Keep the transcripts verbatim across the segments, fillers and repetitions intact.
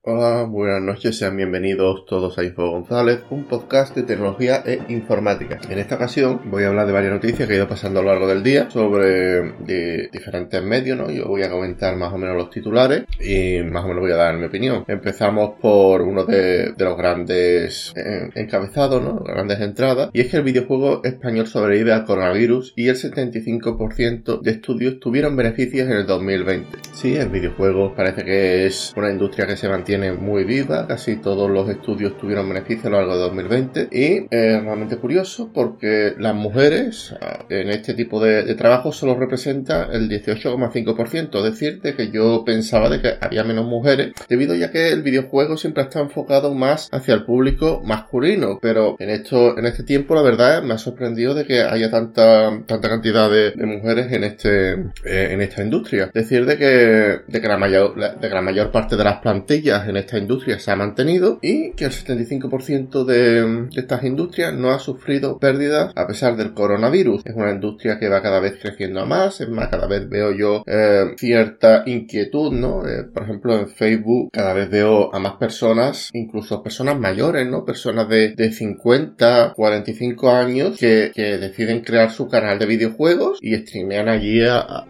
Hola, buenas noches, sean bienvenidos todos a Info González, un podcast de tecnología e informática. En esta ocasión voy a hablar de varias noticias que he ido pasando a lo largo del día sobre de diferentes medios, ¿no? Yo voy a comentar más o menos los titulares y más o menos voy a dar mi opinión. Empezamos por uno de, de los grandes eh, encabezados, ¿no? Las grandes entradas, y es que el videojuego español sobrevive al coronavirus y el setenta y cinco por ciento de estudios tuvieron beneficios en el dos mil veinte. Sí, el videojuego parece que es una industria que se mantiene muy viva, casi todos los estudios tuvieron beneficios a lo largo de dos mil veinte y es realmente curioso porque las mujeres en este tipo de, de trabajo solo representan el dieciocho coma cinco por ciento. Decirte que yo pensaba de que había menos mujeres debido ya que el videojuego siempre está enfocado más hacia el público masculino, pero en esto en este tiempo la verdad me ha sorprendido de que haya tanta tanta cantidad de, de mujeres en este eh, en esta industria. Decir de que de que la mayor de que la mayor parte de las plantillas en esta industria se ha mantenido y que el setenta y cinco por ciento de, de estas industrias no ha sufrido pérdidas a pesar del coronavirus. Es una industria que va cada vez creciendo a más, es más, cada vez veo yo eh, cierta inquietud, ¿no? Eh, por ejemplo, en Facebook cada vez veo a más personas, incluso personas mayores, ¿no? Personas de, de cincuenta, cuarenta y cinco años que, que deciden crear su canal de videojuegos y streamean allí a, a,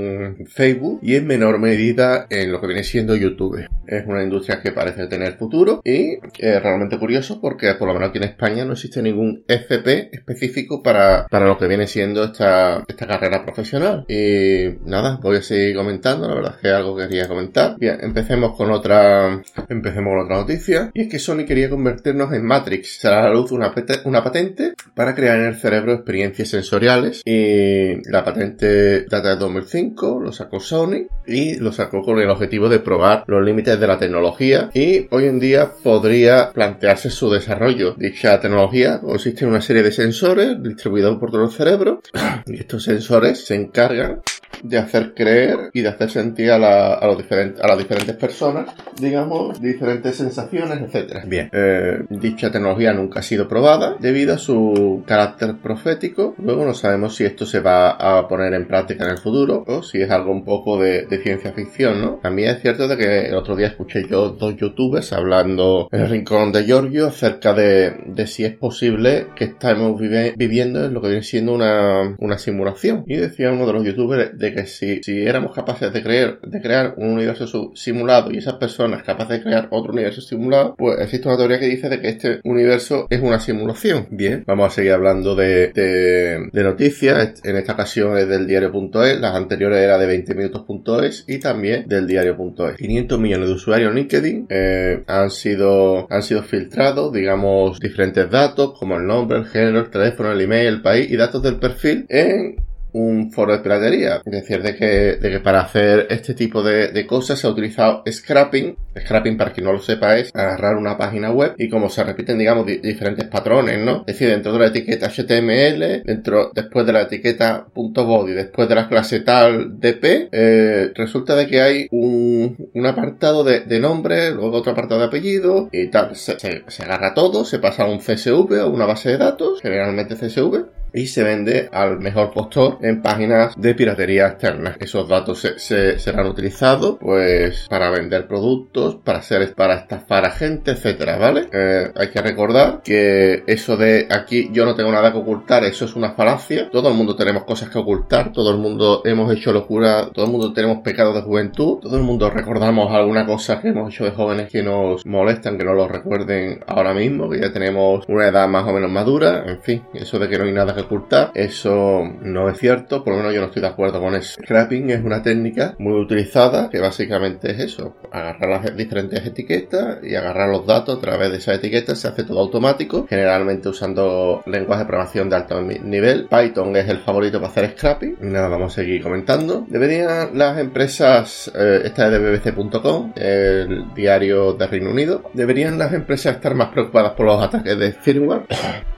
en Facebook y en menor medida en lo que viene siendo YouTube. Es una industria que parece tener futuro y es realmente curioso porque por lo menos aquí en España no existe ningún F P específico para, para lo que viene siendo esta, esta carrera profesional. Y nada, voy a seguir comentando, la verdad es que algo que quería comentar. Bien, empecemos con otra empecemos con otra noticia y es que Sony quería convertirnos en Matrix. Será a la luz una, una patente para crear en el cerebro experiencias sensoriales y la patente data de dos mil cinco, lo sacó Sony y lo sacó con el objetivo de probar los límites de la tecnología y hoy en día podría plantearse su desarrollo. Dicha tecnología consiste en una serie de sensores distribuidos por todo el cerebro y estos sensores se encargan de hacer creer y de hacer sentir a, la, a, los diferentes, a las diferentes personas, digamos, diferentes sensaciones, etcétera. Bien, eh, dicha tecnología nunca ha sido probada debido a su carácter profético. Luego no sabemos si esto se va a poner en práctica en el futuro o si es algo un poco de, de ciencia ficción, ¿no? También es cierto de que el otro día escuché yo dos youtubers hablando en el rincón de Giorgio acerca de, de si es posible que estamos vive, viviendo en lo que viene siendo una, una simulación. Y decía uno de los youtubers de que si, si éramos capaces de creer, de crear un universo simulado y esas personas capaces de crear otro universo simulado, pues existe una teoría que dice de que este universo es una simulación. Bien, vamos a seguir hablando de, de, de noticias. En esta ocasión es del diario punto es, las anteriores era de veinte minutos punto es y también del diario punto es. quinientos millones de usuarios en LinkedIn eh, han sido han sido filtrados, digamos, diferentes datos como el nombre, el género, el teléfono, el email, el país y datos del perfil en un foro de piratería. Es decir, de que, de que para hacer este tipo de, de cosas se ha utilizado scrapping. Scrapping, para quien no lo sepa, es agarrar una página web y como se repiten, digamos, di- diferentes patrones, ¿no? Es decir, dentro de la etiqueta H T M L, dentro, después de la etiqueta .body, después de la clase tal D P, eh, resulta de que hay un, un apartado de, de nombre, luego otro apartado de apellido y tal. Se, se, se agarra todo, se pasa a un C S V o una base de datos, generalmente C S V, y se vende al mejor postor en páginas de piratería externa. Esos datos se, se, serán utilizados pues para vender productos, para hacer para estafar a gente, etcétera, ¿vale? Eh, hay que recordar que eso de aquí yo no tengo nada que ocultar, eso es una falacia. Todo el mundo tenemos cosas que ocultar, todo el mundo hemos hecho locura, todo el mundo tenemos pecados de juventud, todo el mundo recordamos alguna cosa que hemos hecho de jóvenes que nos molestan, que no lo recuerden ahora mismo, que ya tenemos una edad más o menos madura. En fin, eso de que no hay nada que ocultar, eso no es cierto, por lo menos yo no estoy de acuerdo con eso. Scrapping es una técnica muy utilizada que básicamente es eso, agarrar las diferentes etiquetas y agarrar los datos a través de esas etiquetas. Se hace todo automático, generalmente usando lenguaje de programación de alto nivel. Python es el favorito para hacer scrapping. Nada, vamos a seguir comentando. Deberían las empresas, eh, esta es de B B C punto com, el diario de Reino Unido, deberían las empresas estar más preocupadas por los ataques de firmware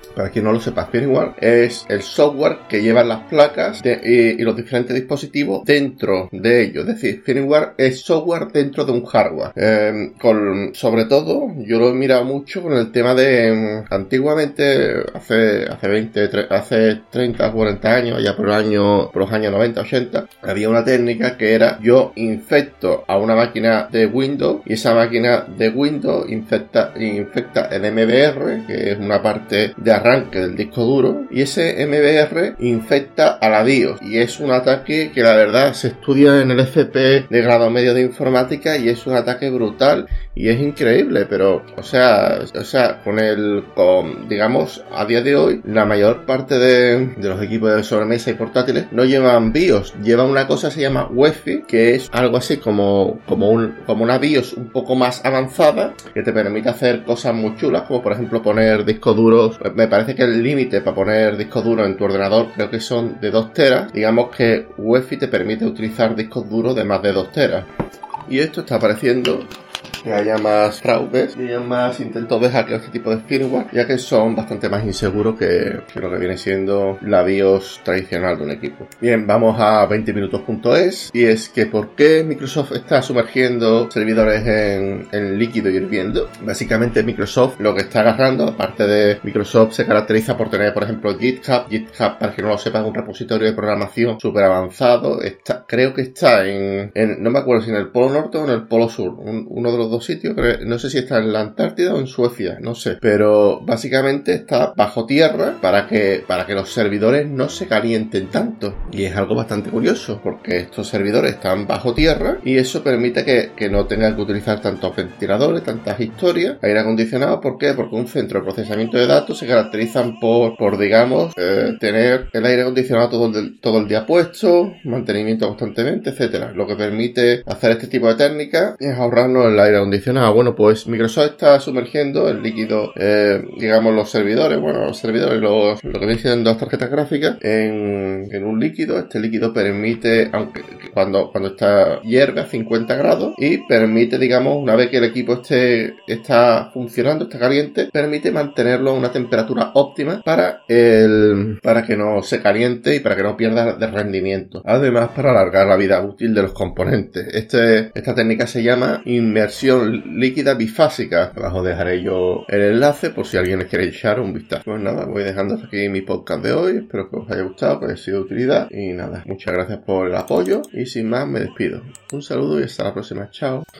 para quien no lo sepa, firmware es el software que llevan las placas de, y, y los diferentes dispositivos dentro de ellos. Es decir, firmware es software dentro de un hardware. Eh, con, sobre todo, yo lo he mirado mucho con el tema de antiguamente, hace, hace veinte, tre, hace treinta, cuarenta años, ya por, el año, por los años noventa, ochenta, había una técnica que era: yo infecto a una máquina de Windows y esa máquina de Windows infecta, infecta el M B R, que es una parte de arranque del disco duro, y ese M B R infecta a la BIOS, y es un ataque que la verdad se estudia en el F P de grado medio de informática y es un ataque brutal y es increíble, pero o sea, o sea, con el con, digamos, a día de hoy la mayor parte de, de los equipos de sobremesa y portátiles no llevan BIOS, llevan una cosa que se llama UEFI, que es algo así como como un como una BIOS un poco más avanzada que te permite hacer cosas muy chulas, como por ejemplo poner discos duros. Me parece que el límite para poner discos duros en tu ordenador creo que son de dos teras. Digamos que UEFI te permite utilizar discos duros de más de dos teras. Y esto está apareciendo que haya más fraudes y haya más intentos de hackeo este tipo de firmware, ya que son bastante más inseguros que, que lo que viene siendo la BIOS tradicional de un equipo. Bien, vamos a veinte minutos punto es, y es que ¿por qué Microsoft está sumergiendo servidores en, en líquido y hirviendo? Básicamente Microsoft lo que está agarrando, aparte de Microsoft se caracteriza por tener, por ejemplo, GitHub. GitHub, para que no lo sepa, es un repositorio de programación súper avanzado. Está, creo que está en, en, no me acuerdo si en el Polo Norte o en el Polo Sur, un, uno de los dos sitios, no sé si está en la Antártida o en Suecia, no sé, pero básicamente está bajo tierra para que para que los servidores no se calienten tanto, y es algo bastante curioso porque estos servidores están bajo tierra y eso permite que, que no tengan que utilizar tantos ventiladores, tantas historias, aire acondicionado. ¿Por qué? Porque un centro de procesamiento de datos se caracterizan por, por digamos, eh, tener el aire acondicionado todo el, todo el día puesto, mantenimiento constantemente, etcétera. Lo que permite hacer este tipo de técnicas es ahorrarnos el aire acondicionado. Bueno, pues Microsoft está sumergiendo el líquido, eh, digamos los servidores, bueno, los servidores, los, lo que vienen siendo las tarjetas gráficas, en, en un líquido. Este líquido permite, aunque cuando, cuando está hierve a cincuenta grados, y permite, digamos, una vez que el equipo esté está funcionando, está caliente, permite mantenerlo a una temperatura óptima para el para que no se caliente y para que no pierda de rendimiento. Además, para alargar la vida útil de los componentes. Este, esta técnica se llama inmersión líquida bifásica. Abajo dejaré yo el enlace por si alguien les quiere echar un vistazo. Pues nada, voy dejando hasta aquí mi podcast de hoy. Espero que os haya gustado, que haya sido de utilidad. Y nada, muchas gracias por el apoyo. Y sin más, me despido. Un saludo y hasta la próxima. Chao.